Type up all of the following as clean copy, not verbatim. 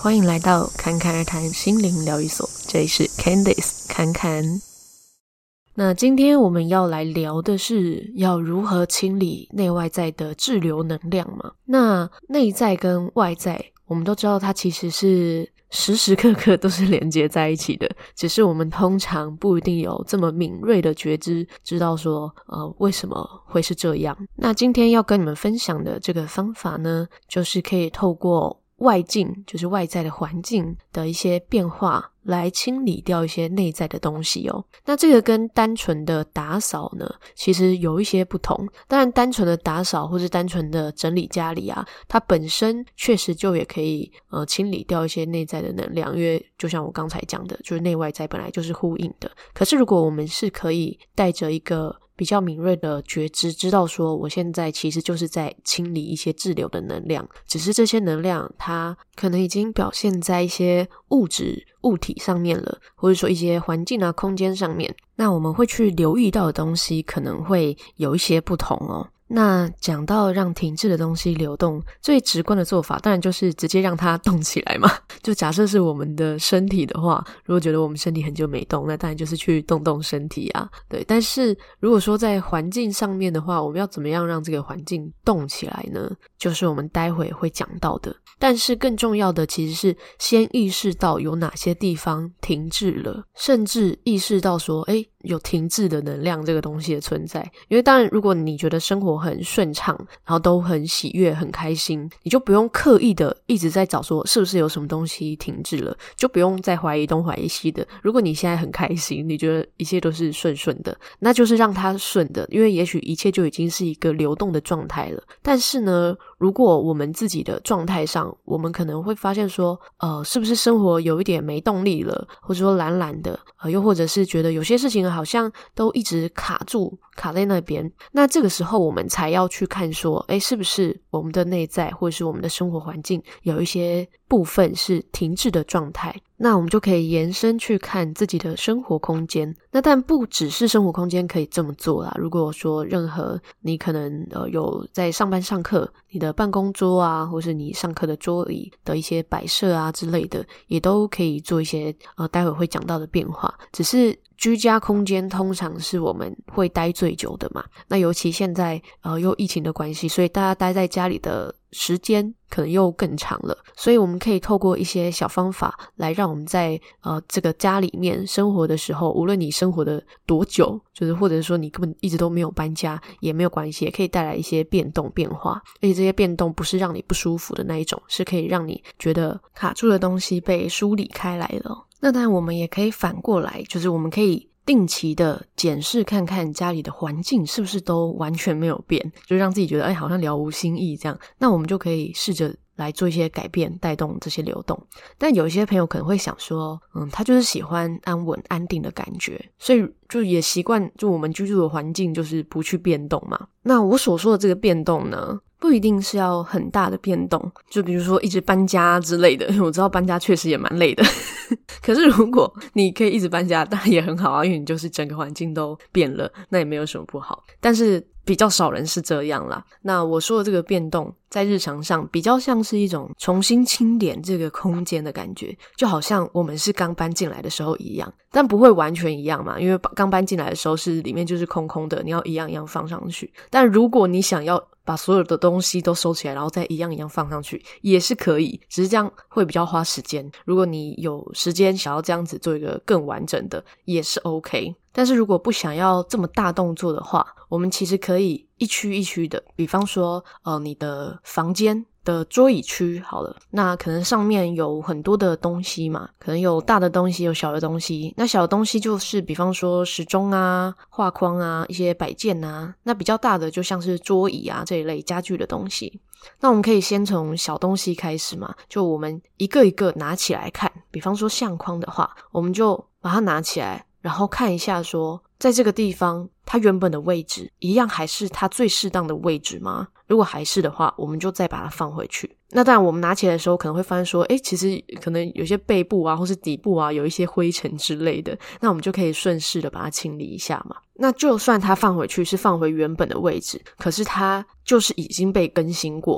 欢迎来到侃侃而谈心灵疗愈所，这里是 Candice 侃侃。那今天我们要来聊的是要如何清理内外在的滞留能量嘛。那内在跟外在我们都知道它其实是时时刻刻都是连接在一起的，只是我们通常不一定有这么敏锐的觉知，知道说为什么会是这样。那今天要跟你们分享的这个方法呢，就是可以透过外境，就是外在的环境的一些变化来清理掉一些内在的东西哦。那这个跟单纯的打扫呢，其实有一些不同。当然单纯的打扫或是单纯的整理家里啊，它本身确实就也可以清理掉一些内在的能量，因为就像我刚才讲的，就是内外在本来就是呼应的。可是如果我们是可以带着一个比较敏锐的觉知，知道说我现在其实就是在清理一些滞留的能量，只是这些能量它可能已经表现在一些物质物体上面了，或者说一些环境啊空间上面，那我们会去留意到的东西可能会有一些不同哦。那讲到让停滞的东西流动，最直观的做法当然就是直接让它动起来嘛。就假设是我们的身体的话，如果觉得我们身体很久没动，那当然就是去动动身体啊。对，但是如果说在环境上面的话，我们要怎么样让这个环境动起来呢？就是我们待会会讲到的。但是更重要的其实是先意识到有哪些地方停滞了，甚至意识到说有停滞的能量这个东西的存在。因为当然如果你觉得生活很顺畅，然后都很喜悦很开心，你就不用刻意的一直在找说是不是有什么东西停滞了，就不用再怀疑东怀疑西的。如果你现在很开心，你觉得一切都是顺顺的，那就是让它顺的，因为也许一切就已经是一个流动的状态了。但是呢，如果我们自己的状态上，我们可能会发现说是不是生活有一点没动力了，或者说懒懒的，又或者是觉得有些事情好像都一直卡住卡在那边，那这个时候我们才要去看说是不是我们的内在或者是我们的生活环境有一些部分是停滞的状态。那我们就可以延伸去看自己的生活空间。那但不只是生活空间可以这么做啦，如果说任何你可能有在上班上课，你的办公桌啊，或是你上课的桌椅的一些摆设啊之类的，也都可以做一些待会会讲到的变化。只是居家空间通常是我们会待最久的嘛，那尤其现在又疫情的关系，所以大家待在家里的时间可能又更长了，所以我们可以透过一些小方法来让我们在这个家里面生活的时候，无论你生活的多久，就是或者说你根本一直都没有搬家也没有关系，也可以带来一些变动变化，而且这些变动不是让你不舒服的那一种，是可以让你觉得卡住的东西被梳理开来了。那当然我们也可以反过来，就是我们可以定期的检视看看家里的环境是不是都完全没有变，就让自己觉得好像了无新意这样，那我们就可以试着来做一些改变，带动这些流动。但有一些朋友可能会想说他就是喜欢安稳安定的感觉，所以就也习惯就我们居住的环境就是不去变动嘛。那我所说的这个变动呢，不一定是要很大的变动，就比如说一直搬家之类的，我知道搬家确实也蛮累的可是如果你可以一直搬家当然也很好啊，因为你就是整个环境都变了，那也没有什么不好。但是比较少人是这样啦。那我说的这个变动在日常上比较像是一种重新清点这个空间的感觉，就好像我们是刚搬进来的时候一样，但不会完全一样嘛，因为刚搬进来的时候是里面就是空空的，你要一样一样放上去。但如果你想要把所有的东西都收起来，然后再一样一样放上去也是可以，只是这样会比较花时间。如果你有时间想要这样子做一个更完整的也是 OK。 但是如果不想要这么大动作的话，我们其实可以一区一区的，比方说你的房间的桌椅区好了，那可能上面有很多的东西嘛，可能有大的东西有小的东西。那小的东西就是比方说时钟啊画框啊一些摆件啊，那比较大的就像是桌椅啊这一类家具的东西。那我们可以先从小东西开始嘛，就我们一个一个拿起来看。比方说相框的话，我们就把它拿起来，然后看一下说在这个地方它原本的位置一样还是它最适当的位置吗？如果还是的话，我们就再把它放回去。那当然我们拿起来的时候可能会发现说其实可能有些背部啊或是底部啊有一些灰尘之类的，那我们就可以顺势的把它清理一下嘛。那就算它放回去是放回原本的位置，可是它就是已经被更新过了，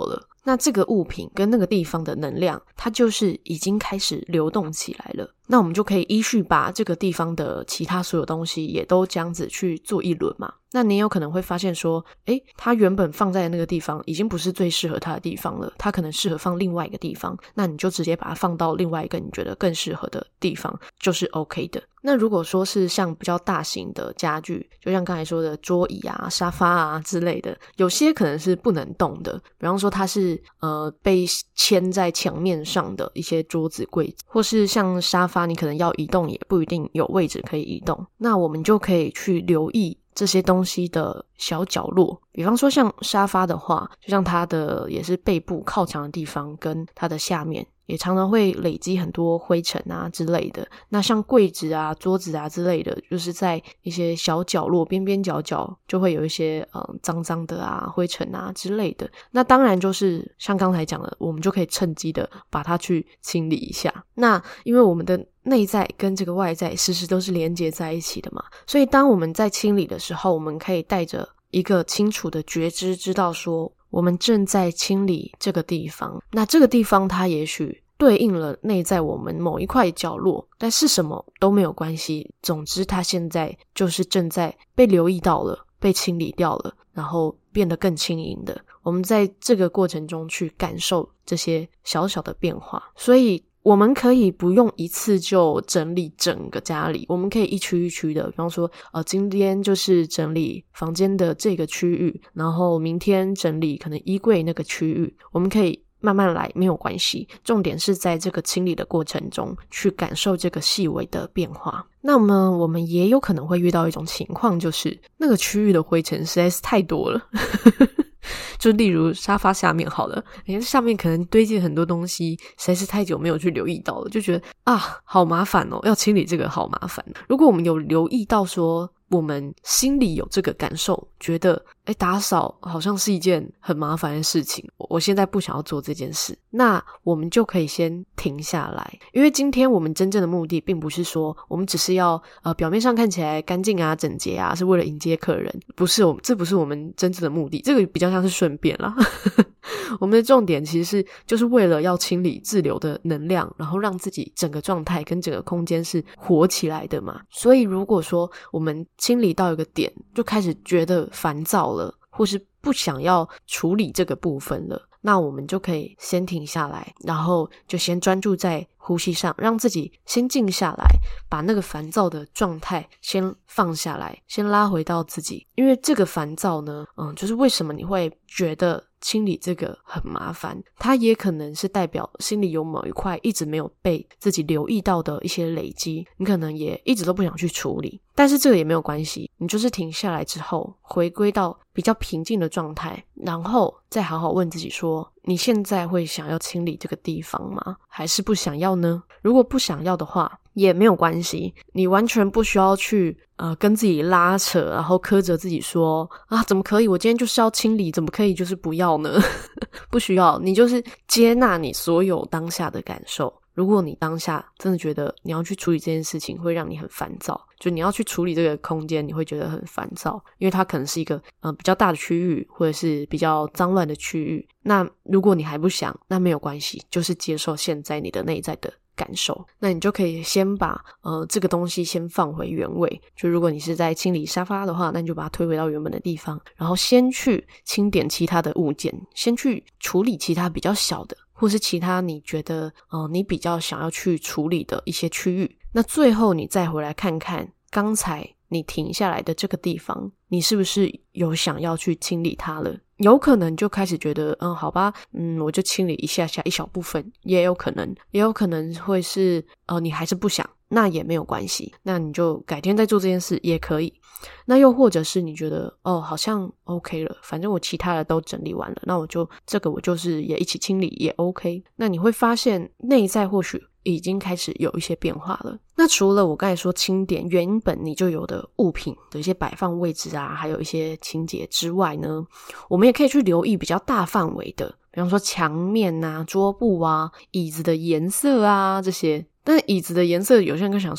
那这个物品跟那个地方的能量，它就是已经开始流动起来了。那我们就可以依序把这个地方的其他所有东西也都这样子去做一轮嘛。那你也有可能会发现说，它原本放在那个地方已经不是最适合它的地方了，它可能适合放另外一个地方，那你就直接把它放到另外一个你觉得更适合的地方，就是 OK 的。那如果说是像比较大型的家具，就像刚才说的桌椅啊、沙发啊之类的，有些可能是不能动的，比方说它是被嵌在墙面上的一些桌子柜子，或是像沙发你可能要移动也不一定有位置可以移动，那我们就可以去留意这些东西的小角落。比方说像沙发的话，就像它的也是背部靠墙的地方跟它的下面也常常会累积很多灰尘啊之类的。那像柜子啊、桌子啊之类的，就是在一些小角落边边角角就会有一些脏脏的啊、灰尘啊之类的。那当然就是像刚才讲的，我们就可以趁机的把它去清理一下。那因为我们的内在跟这个外在时时都是连接在一起的嘛，所以当我们在清理的时候，我们可以带着一个清楚的觉知，知道说我们正在清理这个地方。那这个地方它也许对应了内在我们某一块角落，但是什么都没有关系，总之它现在就是正在被留意到了，被清理掉了，然后变得更轻盈的。我们在这个过程中去感受这些小小的变化，所以我们可以不用一次就整理整个家里，我们可以一区一区的，比方说今天就是整理房间的这个区域，然后明天整理可能衣柜那个区域，我们可以慢慢来，没有关系。重点是在这个清理的过程中去感受这个细微的变化。那么我们也有可能会遇到一种情况，就是那个区域的灰尘实在是太多了就例如沙发下面好了，下面可能堆积很多东西，实在是太久没有去留意到了，就觉得好麻烦哦，要清理这个好麻烦。如果我们有留意到说我们心里有这个感受，觉得打扫好像是一件很麻烦的事情，我现在不想要做这件事，那我们就可以先停下来。因为今天我们真正的目的并不是说我们只是要表面上看起来干净啊、整洁啊，是为了迎接客人，这不是我们真正的目的，这个比较像是顺便啦我们的重点其实就是为了要清理滞留的能量，然后让自己整个状态跟整个空间是活起来的嘛。所以如果说我们清理到一个点就开始觉得烦躁了，或是不想要处理这个部分了，那我们就可以先停下来，然后就先专注在呼吸上，让自己先静下来，把那个烦躁的状态先放下来，先拉回到自己。因为这个烦躁呢就是为什么你会觉得清理这个很麻烦，它也可能是代表心里有某一块一直没有被自己留意到的一些累积，你可能也一直都不想去处理。但是这个也没有关系，你就是停下来之后回归到比较平静的状态，然后再好好问自己说，你现在会想要清理这个地方吗？还是不想要呢？如果不想要的话也没有关系，你完全不需要去跟自己拉扯，然后苛责自己说怎么可以，我今天就是要清理，怎么可以就是不要呢不需要，你就是接纳你所有当下的感受。如果你当下真的觉得你要去处理这件事情会让你很烦躁，就你要去处理这个空间你会觉得很烦躁，因为它可能是一个比较大的区域，或者是比较脏乱的区域，那如果你还不想，那没有关系，就是接受现在你的内在的感受。那你就可以先把这个东西先放回原位，就如果你是在清理沙发的话，那你就把它推回到原本的地方，然后先去清点其他的物件，先去处理其他比较小的，或是其他你觉得你比较想要去处理的一些区域。那最后你再回来看看刚才你停下来的这个地方，你是不是有想要去清理它了？有可能就开始觉得好吧，我就清理一下下一小部分，也有可能会是你还是不想，那也没有关系，那你就改天再做这件事也可以。那又或者是你觉得好像 OK 了，反正我其他的都整理完了，那我就是也一起清理也 OK。 那你会发现内在或许已经开始有一些变化了。那除了我刚才说清点原本你就有的物品的一些摆放位置啊，还有一些清洁之外呢，我们也可以去留意比较大范围的，比方说墙面啊、桌布啊、椅子的颜色啊这些。但椅子的颜色有些人就想说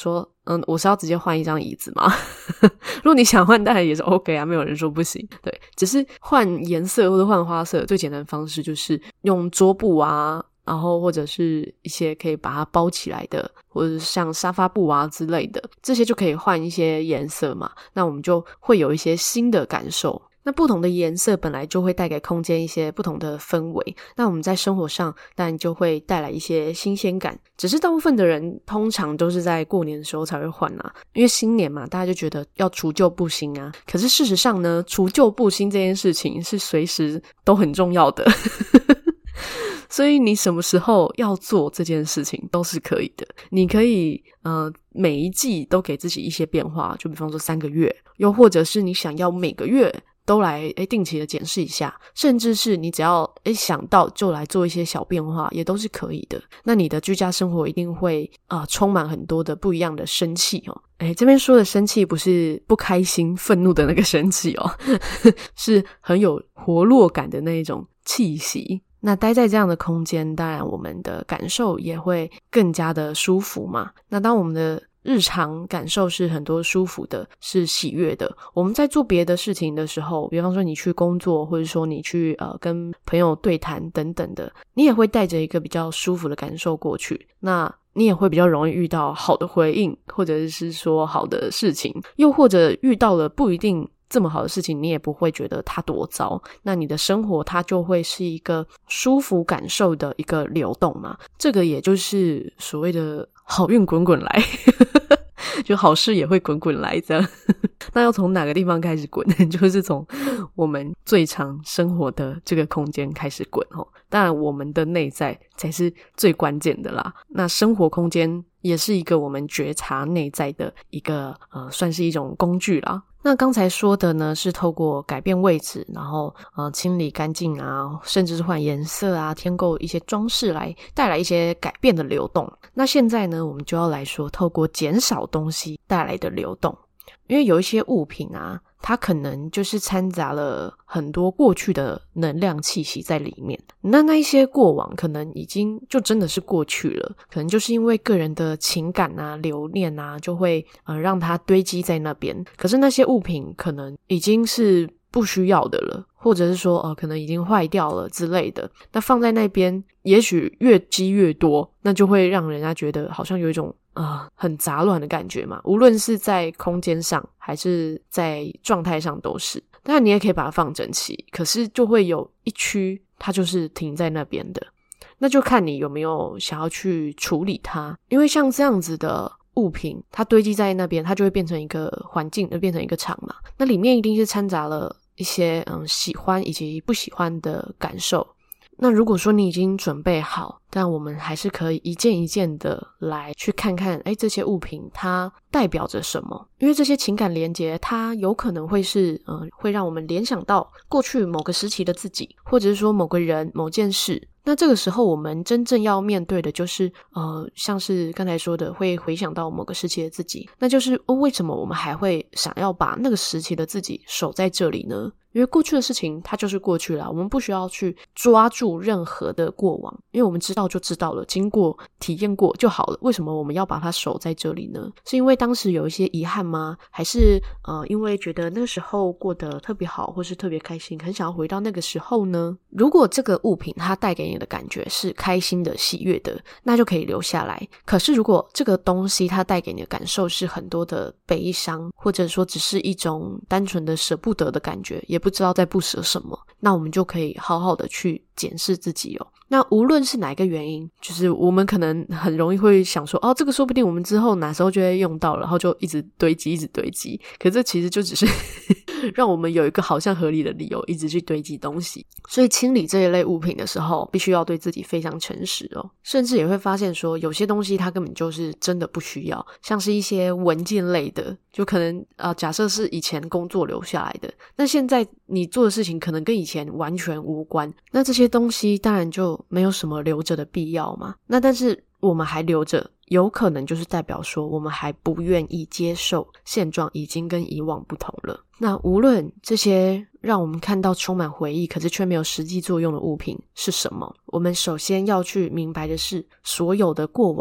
我是要直接换一张椅子吗？如果你想换当然也是 OK 啊，没有人说不行。对，只是换颜色或者换花色最简单的方式就是用桌布啊，然后或者是一些可以把它包起来的，或者是像沙发布啊之类的，这些就可以换一些颜色嘛，那我们就会有一些新的感受。那不同的颜色本来就会带给空间一些不同的氛围，那我们在生活上当然就会带来一些新鲜感，只是大部分的人通常都是在过年的时候才会换啊，因为新年嘛，大家就觉得要除旧布新啊。可是事实上呢，除旧布新这件事情是随时都很重要的所以你什么时候要做这件事情都是可以的。你可以每一季都给自己一些变化，就比方说3个月，又或者是你想要每个月都来定期的检视一下，甚至是你只要想到就来做一些小变化，也都是可以的。那你的居家生活一定会充满很多的不一样的生气哦。这边说的生气不是不开心愤怒的那个生气哦是很有活络感的那一种气息。那待在这样的空间，当然我们的感受也会更加的舒服嘛。那当我们的日常感受是很多舒服的，是喜悦的，我们在做别的事情的时候，比方说你去工作，或者说你去跟朋友对谈等等的，你也会带着一个比较舒服的感受过去，那你也会比较容易遇到好的回应，或者是说好的事情，又或者遇到了不一定这么好的事情，你也不会觉得它多糟，那你的生活它就会是一个舒服感受的一个流动嘛。这个也就是所谓的好运滚滚来就好事也会滚滚来这样那要从哪个地方开始滚就是从我们最常生活的这个空间开始滚当然我们的内在才是最关键的啦，那生活空间也是一个我们觉察内在的一个算是一种工具啦。那刚才说的呢是透过改变位置，然后清理干净啊，甚至是换颜色啊，添购一些装饰来带来一些改变的流动。那现在呢我们就要来说透过减少东西带来的流动。因为有一些物品啊，它可能就是掺杂了很多过去的能量气息在里面，那一些过往可能已经就真的是过去了，可能就是因为个人的情感啊留念啊，就会让它堆积在那边。可是那些物品可能已经是不需要的了，或者是说可能已经坏掉了之类的，那放在那边也许越积越多，那就会让人家觉得好像有一种很杂乱的感觉嘛，无论是在空间上还是在状态上都是。当然你也可以把它放整齐，可是就会有一区它就是停在那边的，那就看你有没有想要去处理它。因为像这样子的物品它堆积在那边，它就会变成一个环境，就变成一个场嘛，那里面一定是掺杂了一些喜欢以及不喜欢的感受。那如果说你已经准备好，但我们还是可以一件一件的来去看看这些物品它代表着什么。因为这些情感连结它有可能会是会让我们联想到过去某个时期的自己，或者是说某个人某件事。那这个时候我们真正要面对的就是像是刚才说的会回想到某个时期的自己，那就是为什么我们还会想要把那个时期的自己守在这里呢？因为过去的事情它就是过去了，我们不需要去抓住任何的过往，因为我们知道就知道了，经过体验过就好了，为什么我们要把它守在这里呢？是因为当时有一些遗憾吗？还是因为觉得那时候过得特别好，或是特别开心，很想要回到那个时候呢？如果这个物品它带给你的感觉是开心的喜悦的，那就可以留下来。可是如果这个东西它带给你的感受是很多的悲伤，或者说只是一种单纯的舍不得的感觉，也不知道在不舍什么，那我们就可以好好的去检视自己那无论是哪一个原因，就是我们可能很容易会想说这个说不定我们之后哪时候就会用到了，然后就一直堆积一直堆积，可这其实就只是让我们有一个好像合理的理由一直去堆积东西。所以清理这一类物品的时候必须要对自己非常诚实甚至也会发现说有些东西它根本就是真的不需要，像是一些文件类的，就可能假设是以前工作留下来的，那现在你做的事情可能跟以前完全无关，那这些东西当然就没有什么留着的必要嘛。那但是我们还留着，有可能就是代表说我们还不愿意接受现状已经跟以往不同了。那无论这些让我们看到充满回忆可是却没有实际作用的物品是什么，我们首先要去明白的是，所有的过往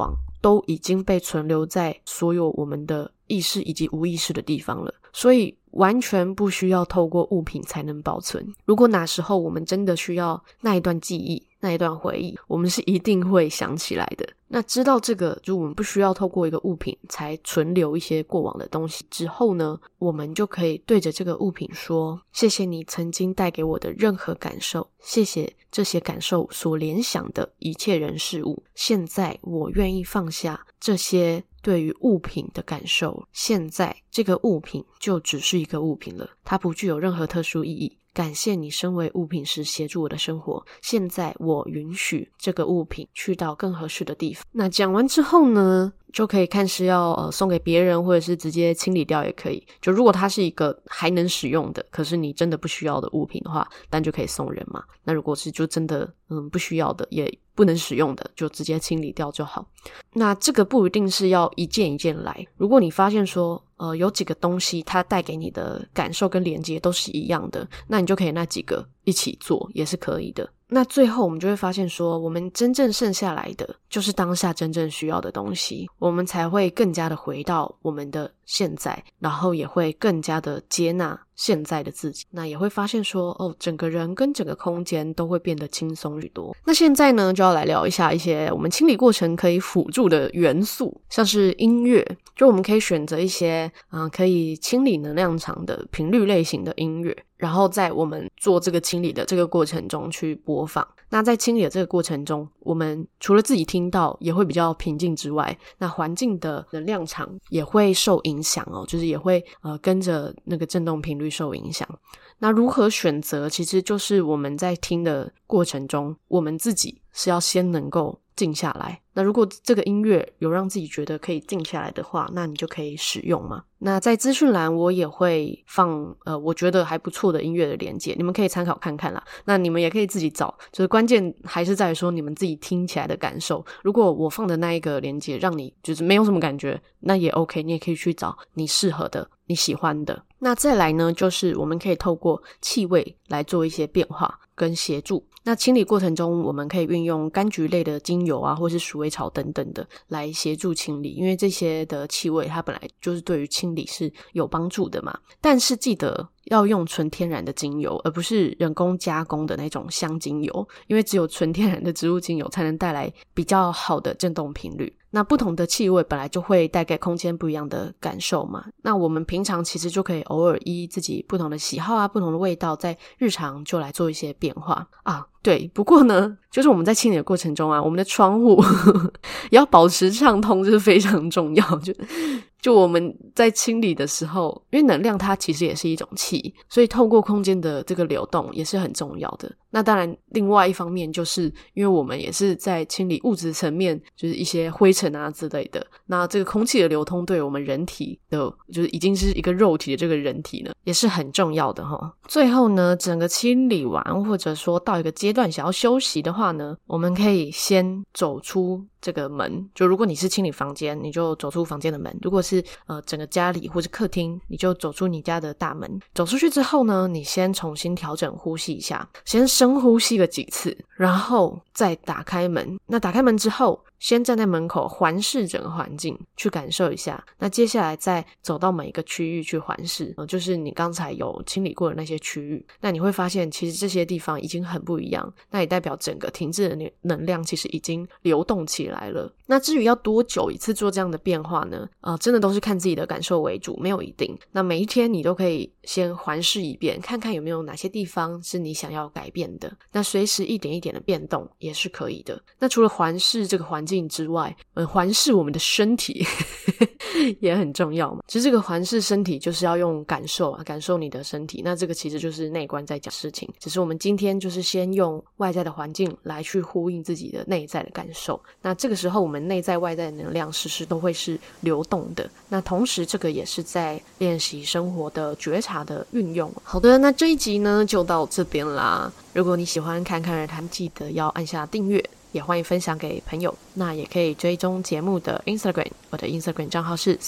都已经被存留在所有我们的意识以及无意识的地方了，所以完全不需要透过物品才能保存。如果哪时候我们真的需要那一段记忆，那一段回忆，我们是一定会想起来的。那知道这个，就我们不需要透过一个物品才存留一些过往的东西之后呢，我们就可以对着这个物品说，谢谢你曾经带给我的任何感受，谢谢这些感受所联想的一切人事物，现在我愿意放下这些对于物品的感受，现在这个物品就只是一个物品了，它不具有任何特殊意义。感谢你身为物品时协助我的生活，现在我允许这个物品去到更合适的地方。那讲完之后呢，就可以看是要送给别人，或者是直接清理掉也可以。就如果它是一个还能使用的，可是你真的不需要的物品的话，但就可以送人嘛。那如果是就真的不需要的，也不能使用的，就直接清理掉就好。那这个不一定是要一件一件来，如果你发现说有几个东西它带给你的感受跟连接都是一样的，那你就可以那几个一起做也是可以的。那最后我们就会发现说，我们真正剩下来的就是当下真正需要的东西，我们才会更加的回到我们的现在，然后也会更加的接纳现在的自己。那也会发现说整个人跟整个空间都会变得轻松许多。那现在呢，就要来聊一下一些我们清理过程可以辅助的元素，像是音乐，就我们可以选择一些可以清理能量场的频率类型的音乐，然后在我们做这个清理的这个过程中去播放。那在清理的这个过程中，我们除了自己听到也会比较平静之外，那环境的能量场也会受影响就是也会跟着那个振动频率受影响。那如何选择，其实就是我们在听的过程中，我们自己是要先能够静下来。那如果这个音乐有让自己觉得可以静下来的话，那你就可以使用嘛。那在资讯栏我也会放我觉得还不错的音乐的连结，你们可以参考看看啦。那你们也可以自己找，就是关键还是在于说你们自己听起来的感受。如果我放的那一个连结让你就是没有什么感觉，那也 OK， 你也可以去找你适合的你喜欢的。那再来呢，就是我们可以透过气味来做一些变化跟协助。那清理过程中我们可以运用柑橘类的精油或是鼠尾草等等的来协助清理，因为这些的气味它本来就是对于清理是有帮助的嘛。但是记得要用纯天然的精油，而不是人工加工的那种香精油，因为只有纯天然的植物精油才能带来比较好的振动频率。那不同的气味本来就会带给空间不一样的感受嘛，那我们平常其实就可以偶尔依自己不同的喜好不同的味道，在日常就来做一些变化对，不过呢，就是我们在清理的过程中我们的窗户也要保持畅通，这是非常重要。就我们在清理的时候，因为能量它其实也是一种气，所以透过空间的这个流动也是很重要的。那当然另外一方面就是因为我们也是在清理物质层面，就是一些灰尘之类的，那这个空气的流通对我们人体的就是已经是一个肉体的这个人体呢也是很重要的最后呢，整个清理完或者说到一个阶段想要休息的话呢，我们可以先走出这个门，就如果你是清理房间，你就走出房间的门；如果是整个家里或是客厅，你就走出你家的大门。走出去之后呢，你先重新调整呼吸一下，先深呼吸个几次，然后再打开门。那打开门之后，先站在门口环视整个环境去感受一下，那接下来再走到每一个区域去环视就是你刚才有清理过的那些区域，那你会发现其实这些地方已经很不一样，那也代表整个停滞的能量其实已经流动起来了。那至于要多久一次做这样的变化呢真的都是看自己的感受为主，没有一定。那每一天你都可以先环视一遍，看看有没有哪些地方是你想要改变的，那随时一点一点的变动也是可以的。那除了环视这个环境之外，环视我们的身体也很重要嘛。其实这个环视身体就是要用感受感受你的身体，那这个其实就是内观在讲事情，只是我们今天就是先用外在的环境来去呼应自己的内在的感受。那这个时候我们内在外在的能量时时都会是流动的，那同时这个也是在练习生活的觉察的运用。好的，那这一集呢就到这边啦。如果你喜欢侃侃而谈，记得要按下订阅，也欢迎分享给朋友。那也可以追踪节目的 Instagram， 我的 Instagram 账号是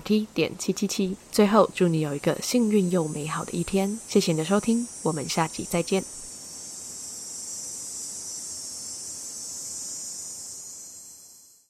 ccrt.777。 最后祝你有一个幸运又美好的一天，谢谢你的收听，我们下集再见。